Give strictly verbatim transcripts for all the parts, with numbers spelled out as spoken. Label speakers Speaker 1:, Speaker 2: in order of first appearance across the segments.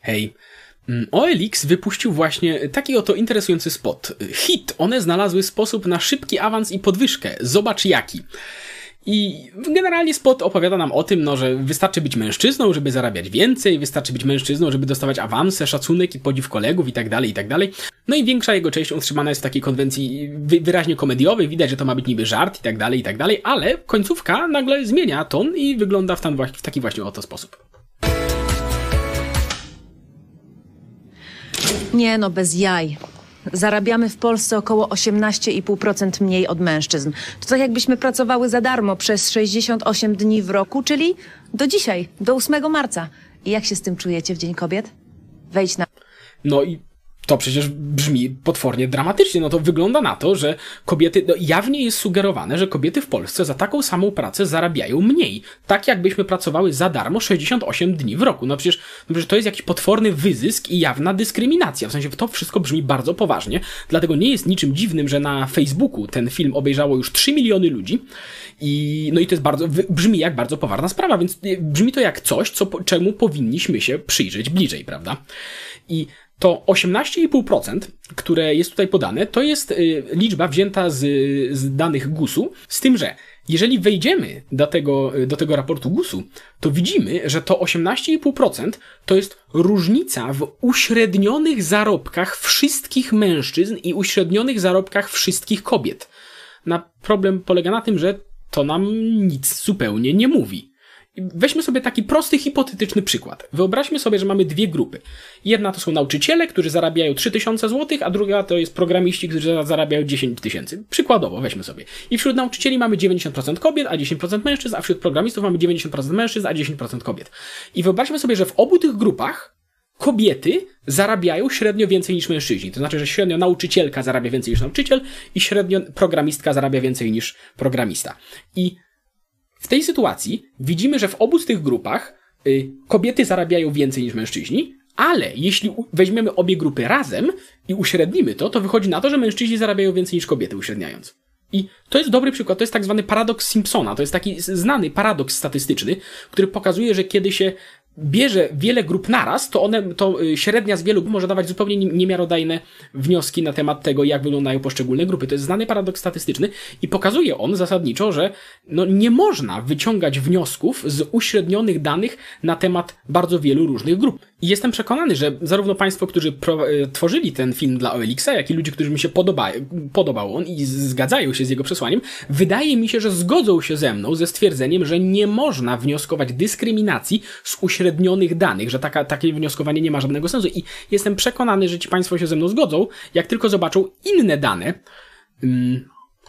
Speaker 1: Hej. O L X wypuścił właśnie taki oto interesujący spot. Hit. One znalazły sposób na szybki awans i podwyżkę. Zobacz jaki. I generalnie spot opowiada nam o tym, no, że wystarczy być mężczyzną, żeby zarabiać więcej, wystarczy być mężczyzną, żeby dostawać awanse, szacunek i podziw kolegów i tak dalej, i tak dalej. No i większa jego część utrzymana jest w takiej konwencji wyraźnie komediowej, widać, że to ma być niby żart i tak dalej, i tak dalej, ale końcówka nagle zmienia ton i wygląda w, ten, w taki właśnie oto sposób.
Speaker 2: Nie no, bez jaj. Zarabiamy w Polsce około osiemnaście i pół procent mniej od mężczyzn. To tak jakbyśmy pracowały za darmo przez sześćdziesiąt osiem dni w roku, czyli do dzisiaj, do ósmego marca. I jak się z tym czujecie w Dzień Kobiet? Wejdź na...
Speaker 1: No i to przecież brzmi potwornie dramatycznie. No to wygląda na to, że kobiety, no jawnie jest sugerowane, że kobiety w Polsce za taką samą pracę zarabiają mniej. Tak jakbyśmy pracowały za darmo sześćdziesiąt osiem dni w roku. No przecież, no przecież to jest jakiś potworny wyzysk i jawna dyskryminacja. W sensie to wszystko brzmi bardzo poważnie. Dlatego nie jest niczym dziwnym, że na Facebooku ten film obejrzało już trzy miliony ludzi. I no i to jest bardzo, brzmi jak bardzo poważna sprawa, więc brzmi to jak coś, co, czemu powinniśmy się przyjrzeć bliżej, prawda? I to osiemnaście i pół procent, które jest tutaj podane, to jest y, liczba wzięta z, z danych gusu, z tym, że jeżeli wejdziemy do tego, do tego raportu gusu, to widzimy, że to osiemnaście i pół procent to jest różnica w uśrednionych zarobkach wszystkich mężczyzn i uśrednionych zarobkach wszystkich kobiet. Na problem polega na tym, że to nam nic zupełnie nie mówi. Weźmy sobie taki prosty, hipotetyczny przykład. Wyobraźmy sobie, że mamy dwie grupy. Jedna to są nauczyciele, którzy zarabiają trzy tysiące złotych, a druga to jest programiści, którzy zarabiają dziesięć tysięcy. Przykładowo, weźmy sobie. I wśród nauczycieli mamy dziewięćdziesiąt procent kobiet, a dziesięć procent mężczyzn, a wśród programistów mamy dziewięćdziesiąt procent mężczyzn, a dziesięć procent kobiet. I wyobraźmy sobie, że w obu tych grupach kobiety zarabiają średnio więcej niż mężczyźni. To znaczy, że średnio nauczycielka zarabia więcej niż nauczyciel i średnio programistka zarabia więcej niż programista. I w tej sytuacji widzimy, że w obu z tych grupach y, kobiety zarabiają więcej niż mężczyźni, ale jeśli u- weźmiemy obie grupy razem i uśrednimy to, to wychodzi na to, że mężczyźni zarabiają więcej niż kobiety, uśredniając. I to jest dobry przykład, to jest tak zwany paradoks Simpsona, to jest taki znany paradoks statystyczny, który pokazuje, że kiedy się bierze wiele grup naraz, to one, to średnia z wielu grup może dawać zupełnie niemiarodajne wnioski na temat tego, jak wyglądają poszczególne grupy. To jest znany paradoks statystyczny i pokazuje on zasadniczo, że no nie można wyciągać wniosków z uśrednionych danych na temat bardzo wielu różnych grup. I jestem przekonany, że zarówno państwo, którzy pro, tworzyli ten film dla O L X a, jak i ludzie, którym się podoba, podobał on i zgadzają się z jego przesłaniem, wydaje mi się, że zgodzą się ze mną ze stwierdzeniem, że nie można wnioskować dyskryminacji z uśrednionych danych, że taka, takie wnioskowanie nie ma żadnego sensu. I jestem przekonany, że ci państwo się ze mną zgodzą, jak tylko zobaczą inne dane mm,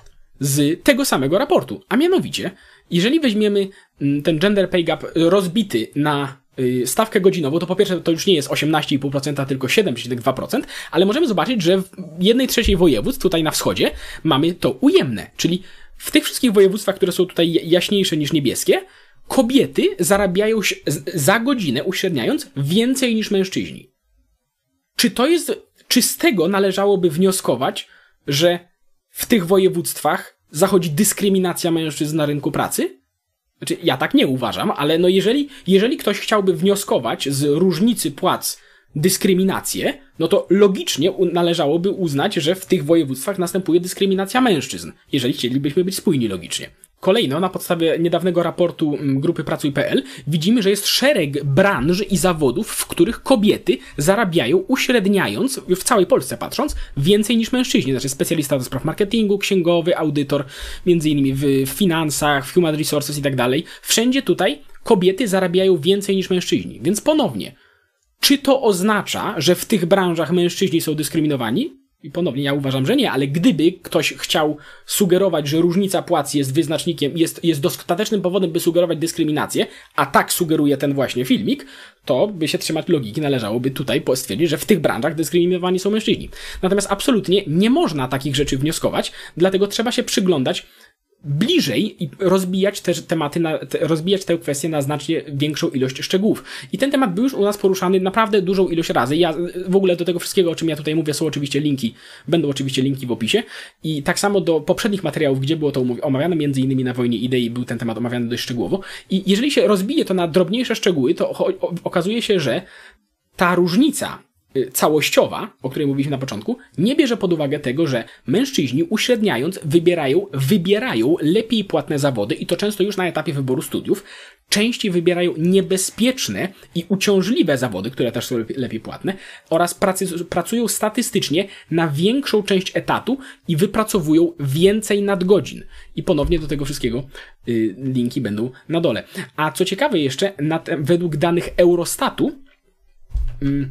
Speaker 1: z tego samego raportu. A mianowicie, jeżeli weźmiemy mm, ten gender pay gap rozbity na stawkę godzinową, to po pierwsze to już nie jest osiemnaście i pół procent, tylko siedem przecinek dwa procent, ale możemy zobaczyć, że w jednej trzeciej województw, tutaj na wschodzie, mamy to ujemne, czyli w tych wszystkich województwach, które są tutaj jaśniejsze niż niebieskie, kobiety zarabiają za godzinę, uśredniając, więcej niż mężczyźni. Czy to jest, czy z tego należałoby wnioskować, że w tych województwach zachodzi dyskryminacja mężczyzn na rynku pracy? Znaczy, ja tak nie uważam, ale no jeżeli, jeżeli ktoś chciałby wnioskować z różnicy płac dyskryminację, no to logicznie należałoby uznać, że w tych województwach następuje dyskryminacja mężczyzn, jeżeli chcielibyśmy być spójni logicznie. Kolejno, na podstawie niedawnego raportu grupy Pracuj kropka p l widzimy, że jest szereg branż i zawodów, w których kobiety zarabiają, uśredniając, w całej Polsce patrząc, więcej niż mężczyźni. Znaczy specjalista do spraw marketingu, księgowy, audytor, między innymi w finansach, w human resources i tak dalej. Wszędzie tutaj kobiety zarabiają więcej niż mężczyźni. Więc ponownie, czy to oznacza, że w tych branżach mężczyźni są dyskryminowani? I ponownie ja uważam, że nie, ale gdyby ktoś chciał sugerować, że różnica płac jest wyznacznikiem, jest, jest dostatecznym powodem, by sugerować dyskryminację, a tak sugeruje ten właśnie filmik, to by się trzymać logiki, należałoby tutaj stwierdzić, że w tych branżach dyskryminowani są mężczyźni. Natomiast absolutnie nie można takich rzeczy wnioskować, dlatego trzeba się przyglądać bliżej i rozbijać te tematy, na, te, rozbijać tę kwestię na znacznie większą ilość szczegółów. I ten temat był już u nas poruszany naprawdę dużą ilość razy. Ja w ogóle do tego wszystkiego, o czym ja tutaj mówię, są oczywiście linki, będą oczywiście linki w opisie. I tak samo do poprzednich materiałów, gdzie było to omawiane, między innymi na Wojnie Idei był ten temat omawiany dość szczegółowo. I jeżeli się rozbije to na drobniejsze szczegóły, to okazuje się, że ta różnica całościowa, o której mówiliśmy na początku, nie bierze pod uwagę tego, że mężczyźni uśredniając wybierają, wybierają lepiej płatne zawody i to często już na etapie wyboru studiów, częściej wybierają niebezpieczne i uciążliwe zawody, które też są lepiej, lepiej płatne oraz pracy, pracują statystycznie na większą część etatu i wypracowują więcej nadgodzin. I ponownie do tego wszystkiego y, linki będą na dole. A co ciekawe jeszcze, na te, według danych Eurostatu y,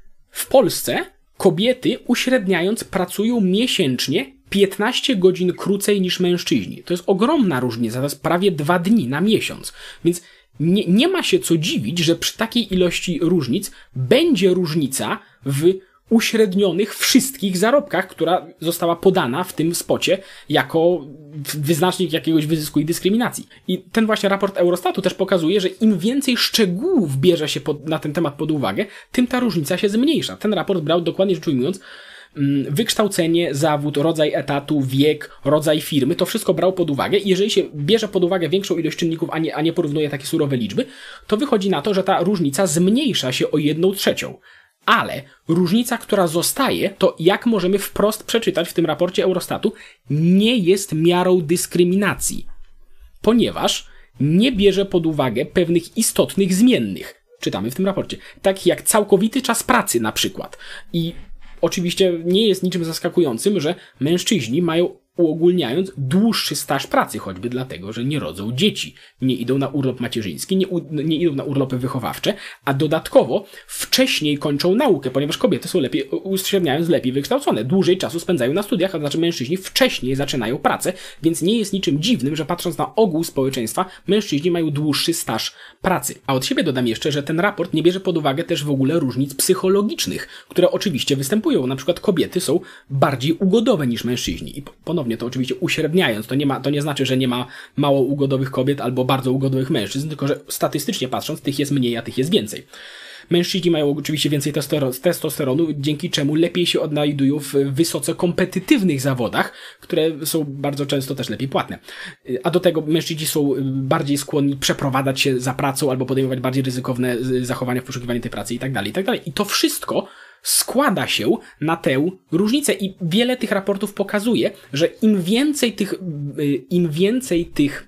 Speaker 1: w Polsce kobiety uśredniając pracują miesięcznie piętnaście godzin krócej niż mężczyźni. To jest ogromna różnica, to jest prawie dwa dni na miesiąc. Więc nie, nie ma się co dziwić, że przy takiej ilości różnic będzie różnica w uśrednionych wszystkich zarobkach, która została podana w tym spocie jako wyznacznik jakiegoś wyzysku i dyskryminacji. I ten właśnie raport Eurostatu też pokazuje, że im więcej szczegółów bierze się pod, na ten temat pod uwagę, tym ta różnica się zmniejsza. Ten raport brał dokładnie rzecz ujmując wykształcenie, zawód, rodzaj etatu, wiek, rodzaj firmy, to wszystko brał pod uwagę i jeżeli się bierze pod uwagę większą ilość czynników, a nie, a nie porównuje takie surowe liczby, to wychodzi na to, że ta różnica zmniejsza się o jedną trzecią. Ale różnica, która zostaje, to jak możemy wprost przeczytać w tym raporcie Eurostatu, nie jest miarą dyskryminacji, ponieważ nie bierze pod uwagę pewnych istotnych zmiennych. Czytamy w tym raporcie. Takich jak całkowity czas pracy na przykład. I oczywiście nie jest niczym zaskakującym, że mężczyźni mają, uogólniając, dłuższy staż pracy, choćby dlatego, że nie rodzą dzieci, nie idą na urlop macierzyński, nie, u, nie idą na urlopy wychowawcze, a dodatkowo wcześniej kończą naukę, ponieważ kobiety są lepiej, uśredniając, lepiej wykształcone, dłużej czasu spędzają na studiach, a to znaczy mężczyźni wcześniej zaczynają pracę, więc nie jest niczym dziwnym, że patrząc na ogół społeczeństwa, mężczyźni mają dłuższy staż pracy. A od siebie dodam jeszcze, że ten raport nie bierze pod uwagę też w ogóle różnic psychologicznych, które oczywiście występują. Na przykład kobiety są bardziej ugodowe niż mężczyźni i ponownie to oczywiście uśredniając, to nie ma, to nie znaczy, że nie ma mało ugodowych kobiet albo bardzo ugodowych mężczyzn, tylko że statystycznie patrząc, tych jest mniej, a tych jest więcej. Mężczyźni mają oczywiście więcej testosteronu, dzięki czemu lepiej się odnajdują w wysoce kompetytywnych zawodach, które są bardzo często też lepiej płatne. A do tego mężczyźni są bardziej skłonni przeprowadzać się za pracą albo podejmować bardziej ryzykowne zachowania w poszukiwaniu tej pracy i tak dalej, i tak dalej. I to wszystko składa się na tę różnicę i wiele tych raportów pokazuje, że im więcej tych, im więcej tych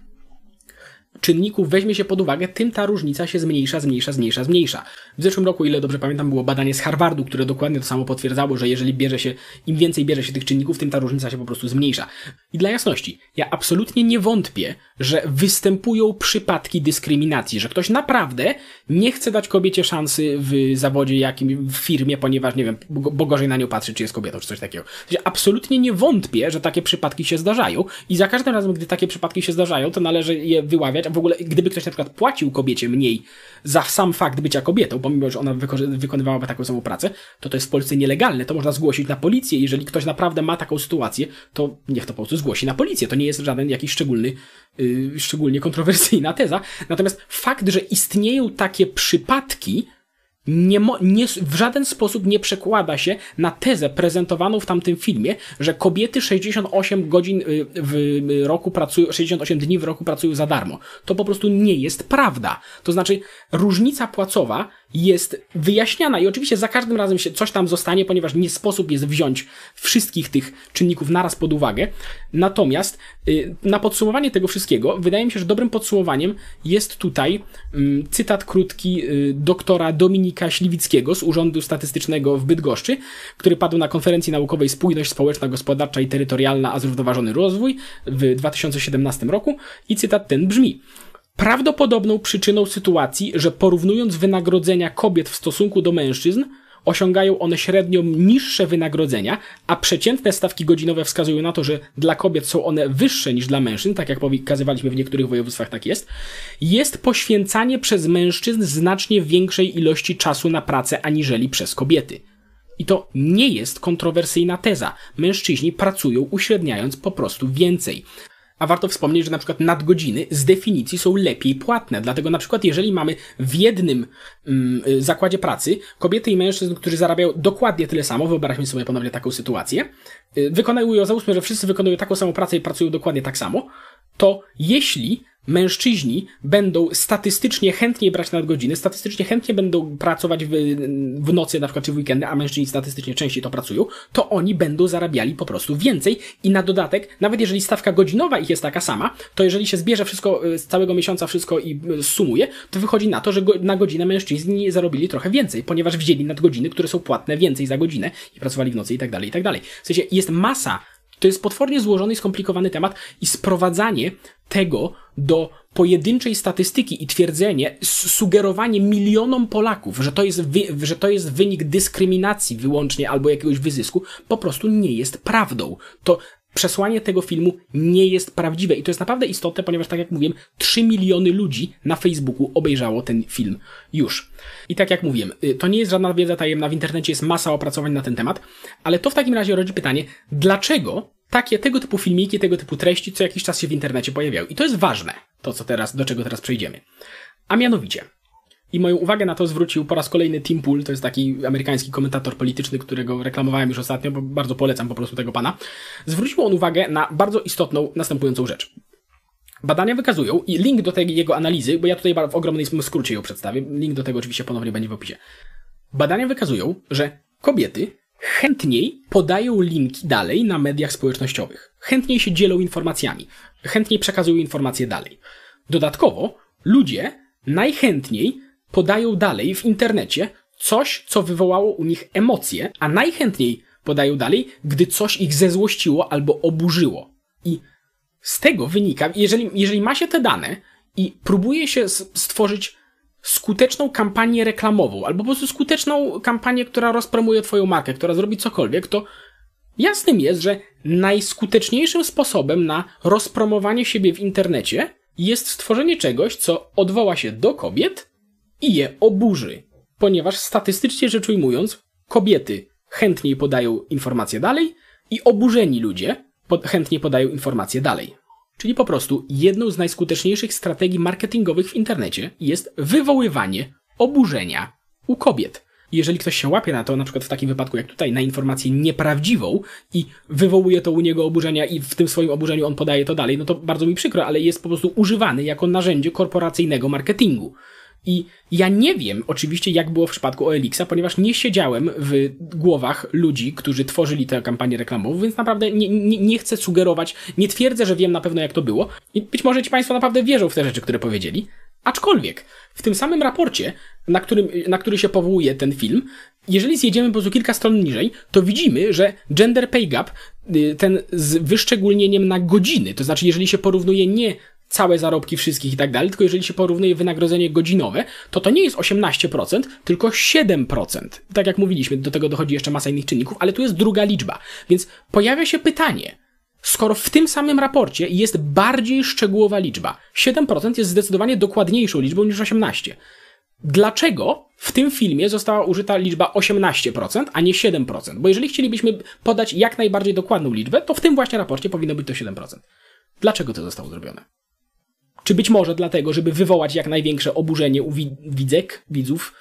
Speaker 1: czynników weźmie się pod uwagę, tym ta różnica się zmniejsza, zmniejsza, zmniejsza, zmniejsza. W zeszłym roku, ile dobrze pamiętam, było badanie z Harvardu, które dokładnie to samo potwierdzało, że jeżeli bierze się, im więcej bierze się tych czynników, tym ta różnica się po prostu zmniejsza. I dla jasności, ja absolutnie nie wątpię, że występują przypadki dyskryminacji, że ktoś naprawdę nie chce dać kobiecie szansy w zawodzie jakim, w firmie, ponieważ, nie wiem, bo gorzej na nią patrzy, czy jest kobietą, czy coś takiego. Absolutnie nie wątpię, że takie przypadki się zdarzają i za każdym razem, gdy takie przypadki się zdarzają, to należy je wyławiać, a w ogóle, gdyby ktoś na przykład płacił kobiecie mniej za sam fakt bycia kobietą, pomimo, że ona wyko- wykonywałaby taką samą pracę, to to jest w Polsce nielegalne, to można zgłosić na policję. Jeżeli ktoś naprawdę ma taką sytuację, to niech to po prostu zgłosi na policję. To nie jest żaden jakiś szczególny, yy, szczególnie kontrowersyjna teza. Natomiast fakt, że istnieją takie przypadki, Nie, mo- nie, w żaden sposób nie przekłada się na tezę prezentowaną w tamtym filmie, że kobiety sześćdziesiąt osiem godzin w roku pracują, sześćdziesiąt osiem dni w roku pracują za darmo. To po prostu nie jest prawda. To znaczy, różnica płacowa jest wyjaśniana i oczywiście za każdym razem się coś tam zostanie, ponieważ nie sposób jest wziąć wszystkich tych czynników naraz pod uwagę. Natomiast yy, na podsumowanie tego wszystkiego, wydaje mi się, że dobrym podsumowaniem jest tutaj yy, cytat krótki yy, doktora Dominika Śliwickiego z Urzędu Statystycznego w Bydgoszczy, który padł na konferencji naukowej Spójność społeczna, gospodarcza i terytorialna, a zrównoważony rozwój w dwa tysiące siedemnastym roku i cytat ten brzmi: prawdopodobną przyczyną sytuacji, że porównując wynagrodzenia kobiet w stosunku do mężczyzn, osiągają one średnio niższe wynagrodzenia, a przeciętne stawki godzinowe wskazują na to, że dla kobiet są one wyższe niż dla mężczyzn, tak jak pokazywaliśmy w niektórych województwach tak jest, jest poświęcanie przez mężczyzn znacznie większej ilości czasu na pracę aniżeli przez kobiety. I to nie jest kontrowersyjna teza. Mężczyźni pracują uśredniając po prostu więcej. A warto wspomnieć, że na przykład nadgodziny z definicji są lepiej płatne. Dlatego na przykład jeżeli mamy w jednym mm, zakładzie pracy kobiety i mężczyzn, którzy zarabiają dokładnie tyle samo, wyobraźmy sobie ponownie taką sytuację, wykonują, załóżmy, że wszyscy wykonują taką samą pracę i pracują dokładnie tak samo, to jeśli mężczyźni będą statystycznie chętniej brać nadgodziny, statystycznie chętnie będą pracować w, w nocy, na przykład czy w weekendy, a mężczyźni statystycznie częściej to pracują, to oni będą zarabiali po prostu więcej i na dodatek, nawet jeżeli stawka godzinowa ich jest taka sama, to jeżeli się zbierze wszystko z całego miesiąca, wszystko i sumuje, to wychodzi na to, że go, na godzinę mężczyźni zarobili trochę więcej, ponieważ wzięli nadgodziny, które są płatne więcej za godzinę i pracowali w nocy i tak dalej, i tak dalej. W sensie jest masa. To jest potwornie złożony i skomplikowany temat i sprowadzanie tego do pojedynczej statystyki i twierdzenie, sugerowanie milionom Polaków, że to jest, wy, że to jest wynik dyskryminacji wyłącznie albo jakiegoś wyzysku, po prostu nie jest prawdą. To przesłanie tego filmu nie jest prawdziwe i to jest naprawdę istotne, ponieważ tak jak mówiłem, trzy miliony ludzi na Facebooku obejrzało ten film już. I tak jak mówiłem, to nie jest żadna wiedza tajemna, w internecie jest masa opracowań na ten temat, ale to w takim razie rodzi pytanie, dlaczego takie, tego typu filmiki, tego typu treści co jakiś czas się w internecie pojawiają. I to jest ważne, to co teraz, do czego teraz przejdziemy. A mianowicie, i moją uwagę na to zwrócił po raz kolejny Tim Pool, to jest taki amerykański komentator polityczny, którego reklamowałem już ostatnio, bo bardzo polecam po prostu tego pana. Zwrócił on uwagę na bardzo istotną, następującą rzecz. Badania wykazują, i link do tej jego analizy, bo ja tutaj w ogromnym skrócie ją przedstawię, link do tego oczywiście ponownie będzie w opisie. Badania wykazują, że kobiety chętniej podają linki dalej na mediach społecznościowych. Chętniej się dzielą informacjami. Chętniej przekazują informacje dalej. Dodatkowo ludzie najchętniej podają dalej w internecie coś, co wywołało u nich emocje, a najchętniej podają dalej, gdy coś ich zezłościło albo oburzyło. I z tego wynika, jeżeli, jeżeli ma się te dane i próbuje się stworzyć skuteczną kampanię reklamową, albo po prostu skuteczną kampanię, która rozpromuje twoją markę, która zrobi cokolwiek, to jasnym jest, że najskuteczniejszym sposobem na rozpromowanie siebie w internecie jest stworzenie czegoś, co odwoła się do kobiet i je oburzy. Ponieważ statystycznie rzecz ujmując, kobiety chętniej podają informacje dalej i oburzeni ludzie pod, chętniej podają informacje dalej. Czyli po prostu jedną z najskuteczniejszych strategii marketingowych w internecie jest wywoływanie oburzenia u kobiet. Jeżeli ktoś się łapie na to, na przykład w takim wypadku jak tutaj, na informację nieprawdziwą i wywołuje to u niego oburzenia i w tym swoim oburzeniu on podaje to dalej, no to bardzo mi przykro, ale jest po prostu używany jako narzędzie korporacyjnego marketingu. I ja nie wiem oczywiście, jak było w przypadku O L X a, ponieważ nie siedziałem w głowach ludzi, którzy tworzyli tę kampanię reklamową, więc naprawdę nie, nie, nie chcę sugerować, nie twierdzę, że wiem na pewno, jak to było. I być może ci państwo naprawdę wierzą w te rzeczy, które powiedzieli. Aczkolwiek w tym samym raporcie, na, którym, na który się powołuje ten film, jeżeli zjedziemy po prostu kilka stron niżej, to widzimy, że gender pay gap, ten z wyszczególnieniem na godziny, to znaczy jeżeli się porównuje nie całe zarobki wszystkich i tak dalej, tylko jeżeli się porównuje wynagrodzenie godzinowe, to to nie jest osiemnaście procent, tylko siedem procent. Tak jak mówiliśmy, do tego dochodzi jeszcze masa innych czynników, ale tu jest druga liczba. Więc pojawia się pytanie, skoro w tym samym raporcie jest bardziej szczegółowa liczba, siedem procent jest zdecydowanie dokładniejszą liczbą niż osiemnaście procent. Dlaczego w tym filmie została użyta liczba osiemnaście procent, a nie siedem procent? Bo jeżeli chcielibyśmy podać jak najbardziej dokładną liczbę, to w tym właśnie raporcie powinno być to siedem procent. Dlaczego to zostało zrobione? Czy być może dlatego, żeby wywołać jak największe oburzenie u widzek, widzów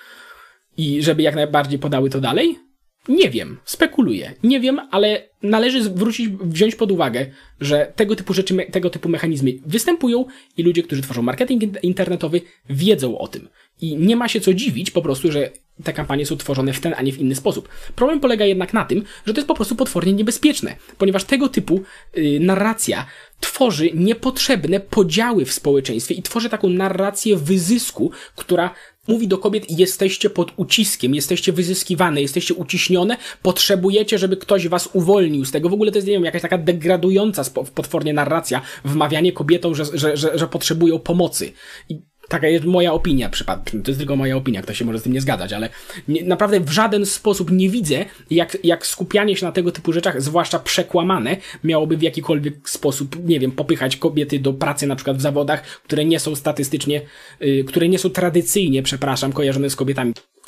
Speaker 1: i żeby jak najbardziej podały to dalej? Nie wiem, spekuluję. Nie wiem, ale należy zwrócić, wziąć pod uwagę, że tego typu rzeczy, tego typu mechanizmy występują i ludzie, którzy tworzą marketing internetowy, wiedzą o tym. I nie ma się co dziwić po prostu, że te kampanie są tworzone w ten, a nie w inny sposób. Problem polega jednak na tym, że to jest po prostu potwornie niebezpieczne, ponieważ tego typu yy, narracja tworzy niepotrzebne podziały w społeczeństwie i tworzy taką narrację wyzysku, która mówi do kobiet, jesteście pod uciskiem, jesteście wyzyskiwane, jesteście uciśnione, potrzebujecie, żeby ktoś was uwolnił z tego. W ogóle to jest, nie wiem, jakaś taka degradująca potwornie narracja, wmawianie kobietom, że, że, że, że potrzebują pomocy. I taka jest moja opinia przypadkiem. To jest tylko moja opinia, ktoś się może z tym nie zgadzać, ale nie, naprawdę w żaden sposób nie widzę, jak, jak skupianie się na tego typu rzeczach, zwłaszcza przekłamane, miałoby w jakikolwiek sposób, nie wiem, popychać kobiety do pracy na przykład w zawodach, które nie są statystycznie, yy, które nie są tradycyjnie, przepraszam, kojarzone z kobietami.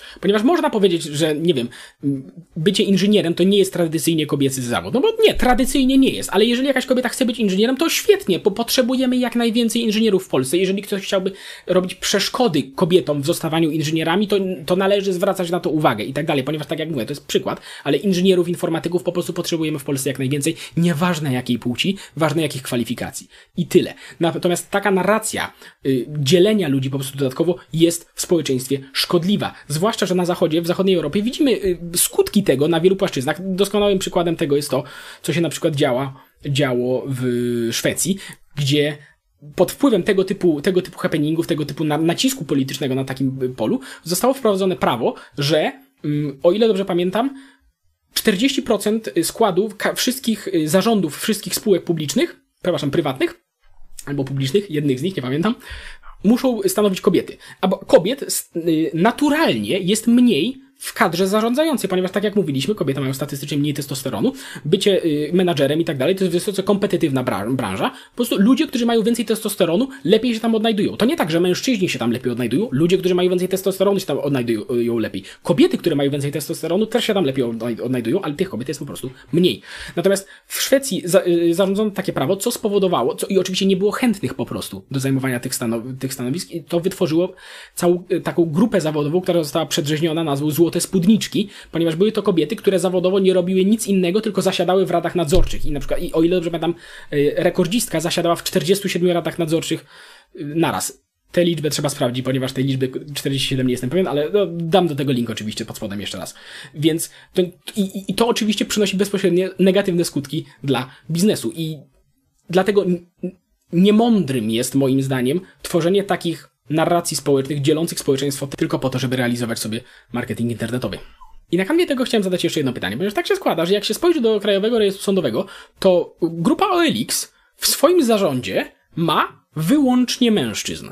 Speaker 1: Ponieważ można powiedzieć, że, nie wiem, bycie inżynierem to nie jest tradycyjnie kobiecy zawód. No bo nie, tradycyjnie nie jest, ale jeżeli jakaś kobieta chce być inżynierem, to świetnie, bo potrzebujemy jak najwięcej inżynierów w Polsce. Jeżeli ktoś chciałby robić przeszkody kobietom w zostawaniu inżynierami, to, to należy zwracać na to uwagę i tak dalej, ponieważ tak jak mówię, to jest przykład, ale inżynierów, informatyków po prostu potrzebujemy w Polsce jak najwięcej, nieważne jakiej płci, ważne jakich kwalifikacji. I tyle. Natomiast taka narracja y, dzielenia ludzi po prostu dodatkowo jest w społeczeństwie szkodliwa. Zwłaszcza, że na Zachodzie, w zachodniej Europie widzimy y, skutki tego na wielu płaszczyznach. Doskonałym przykładem tego jest to, co się na przykład działa, działo w Szwecji, gdzie pod wpływem tego typu, tego typu happeningów, tego typu na, nacisku politycznego na takim polu zostało wprowadzone prawo, że y, o ile dobrze pamiętam, czterdzieści procent składu wszystkich zarządów wszystkich spółek publicznych, przepraszam, prywatnych albo publicznych, jednych z nich, nie pamiętam, muszą stanowić kobiety. A kobiet naturalnie jest mniej w kadrze zarządzającej, ponieważ tak jak mówiliśmy, kobiety mają statystycznie mniej testosteronu, bycie y, menadżerem i tak dalej, to jest wysoce kompetytywna bra- branża. Po prostu ludzie, którzy mają więcej testosteronu, lepiej się tam odnajdują. To nie tak, że mężczyźni się tam lepiej odnajdują, ludzie, którzy mają więcej testosteronu się tam odnajdują lepiej. Kobiety, które mają więcej testosteronu, też się tam lepiej odnajdują, ale tych kobiet jest po prostu mniej. Natomiast w Szwecji za, y, zarządzono takie prawo, co spowodowało, co i oczywiście nie było chętnych po prostu do zajmowania tych, stanow- tych stanowisk i to wytworzyło całą y, taką grupę zawodową, która została przedrzeźniona nazwą złote spódniczki, ponieważ były to kobiety, które zawodowo nie robiły nic innego, tylko zasiadały w radach nadzorczych. I na przykład, i o ile dobrze pamiętam, rekordzistka zasiadała w czterdziestu siedmiu radach nadzorczych naraz. Tę liczbę trzeba sprawdzić, ponieważ tej liczby czterdzieści siedem nie jestem pewien, ale no, dam do tego link oczywiście pod spodem jeszcze raz. Więc to, i, i to oczywiście przynosi bezpośrednie negatywne skutki dla biznesu. I dlatego niemądrym jest moim zdaniem tworzenie takich narracji społecznych, dzielących społeczeństwo tylko po to, żeby realizować sobie marketing internetowy. I na kanwie tego chciałem zadać jeszcze jedno pytanie, ponieważ tak się składa, że jak się spojrzy do Krajowego Rejestru Sądowego, to grupa O L X w swoim zarządzie ma wyłącznie mężczyzn.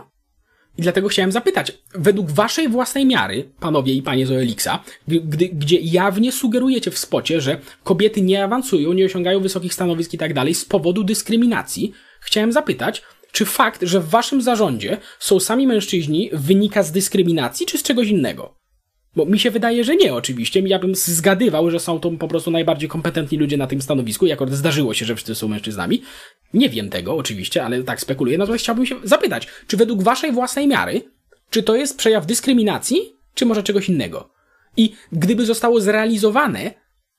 Speaker 1: I dlatego chciałem zapytać, według waszej własnej miary, panowie i panie z O L X-a, gdy, gdzie jawnie sugerujecie w spocie, że kobiety nie awansują, nie osiągają wysokich stanowisk i tak dalej z powodu dyskryminacji, chciałem zapytać, czy fakt, że w waszym zarządzie są sami mężczyźni, wynika z dyskryminacji, czy z czegoś innego? Bo mi się wydaje, że nie, oczywiście. Ja bym zgadywał, że są to po prostu najbardziej kompetentni ludzie na tym stanowisku, jako zdarzyło się, że wszyscy są mężczyznami. Nie wiem tego, oczywiście, ale tak spekuluję. Natomiast chciałbym się zapytać, czy według waszej własnej miary, czy to jest przejaw dyskryminacji, czy może czegoś innego? I gdyby zostało zrealizowane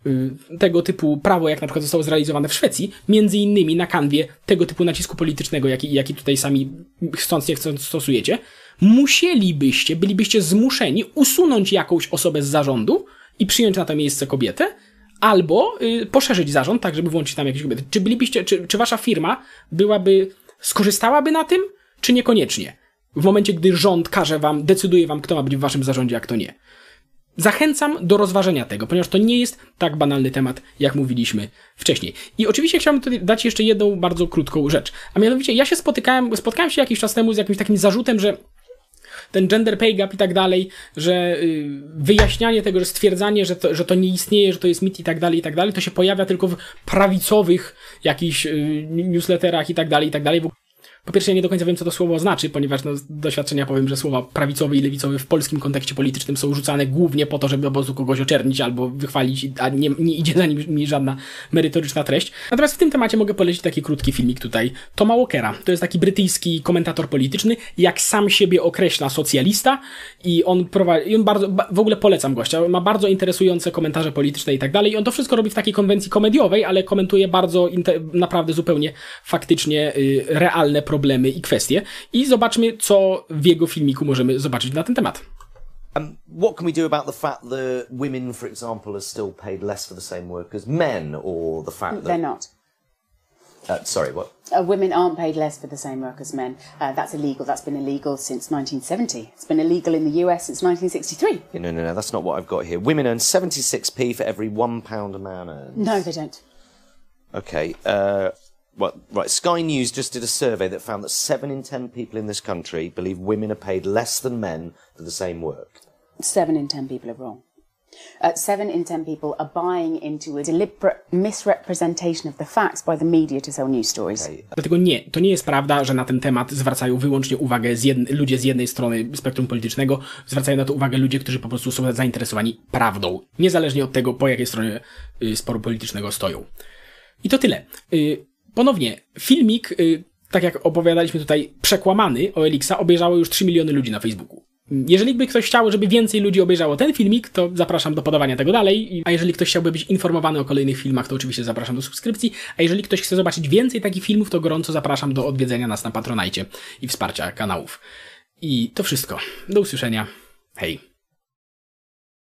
Speaker 1: tego typu prawo, jak na przykład zostało zrealizowane w Szwecji, między innymi na kanwie tego typu nacisku politycznego, jaki, jaki tutaj sami chcąc nie chcąc stosujecie, musielibyście, bylibyście zmuszeni usunąć jakąś osobę z zarządu i przyjąć na to miejsce kobietę, albo y, poszerzyć zarząd, tak żeby włączyć tam jakieś kobiety. Czy bylibyście, czy, czy wasza firma byłaby, skorzystałaby na tym, czy niekoniecznie? W momencie, gdy rząd każe wam, decyduje wam, kto ma być w waszym zarządzie, a kto nie. Zachęcam do rozważenia tego, ponieważ to nie jest tak banalny temat, jak mówiliśmy wcześniej. I oczywiście chciałbym tutaj dać jeszcze jedną bardzo krótką rzecz. A mianowicie ja się spotykałem, spotkałem się jakiś czas temu z jakimś takim zarzutem, że ten gender pay gap i tak dalej, że wyjaśnianie tego, że stwierdzanie, że to, że to nie istnieje, że to jest mit i tak dalej, i tak dalej, to się pojawia tylko w prawicowych jakichś newsletterach i tak dalej, i tak dalej. Po pierwsze, ja nie do końca wiem, co to słowo znaczy, ponieważ no, z doświadczenia powiem, że słowa prawicowy i lewicowy w polskim kontekście politycznym są rzucane głównie po to, żeby po prostu kogoś oczernić albo wychwalić, a nie, nie idzie za nim mi żadna merytoryczna treść. Natomiast w tym temacie mogę polecić taki krótki filmik tutaj Toma Walkera. To jest taki brytyjski komentator polityczny, jak sam siebie określa socjalista i on prowadzi, i on bardzo, w ogóle polecam gościa, ma bardzo interesujące komentarze polityczne i tak dalej i on to wszystko robi w takiej konwencji komediowej, ale komentuje bardzo, naprawdę zupełnie faktycznie y, realne problemy i kwestie. I zobaczmy, co w jego filmiku możemy zobaczyć na ten temat.
Speaker 3: Um, what can we do about the fact that women, for example, are still paid less for the same work as men, or the fact that...
Speaker 4: They're not.
Speaker 3: Uh, sorry, what?
Speaker 4: Uh, women aren't paid less for the same work as men. Uh, that's illegal. That's been illegal since nineteen seventy. It's been illegal in the U S since nineteen sixty-three.
Speaker 3: Yeah, no, no, no, that's not what I've got here. Women earn seventy-six p for every one pound a man earns.
Speaker 4: No, they don't.
Speaker 3: Okay, uh... Well, right, Sky News just did a survey that found that seven in ten people in this country believe women are paid less than men for the same work.
Speaker 4: Seven in ten people are wrong. Uh, seven in ten people are buying into a deliberate misrepresentation of the facts by the media to sell news stories. Okay.
Speaker 1: Dlatego nie, to nie jest prawda, że na ten temat zwracają wyłącznie uwagę z jedn- ludzie z jednej strony spektrum politycznego, zwracają na to uwagę ludzie, którzy po prostu są zainteresowani prawdą, niezależnie od tego, po jakiej stronie y, sporu politycznego stoją. I to tyle. Y, ponownie, filmik, y, tak jak opowiadaliśmy tutaj, przekłamany o Elixa, obejrzało już trzy miliony ludzi na Facebooku. Jeżeli by ktoś chciał, żeby więcej ludzi obejrzało ten filmik, to zapraszam do podawania tego dalej. A jeżeli ktoś chciałby być informowany o kolejnych filmach, to oczywiście zapraszam do subskrypcji. A jeżeli ktoś chce zobaczyć więcej takich filmów, to gorąco zapraszam do odwiedzenia nas na Patronite i wsparcia kanałów. I to wszystko. Do usłyszenia. Hej.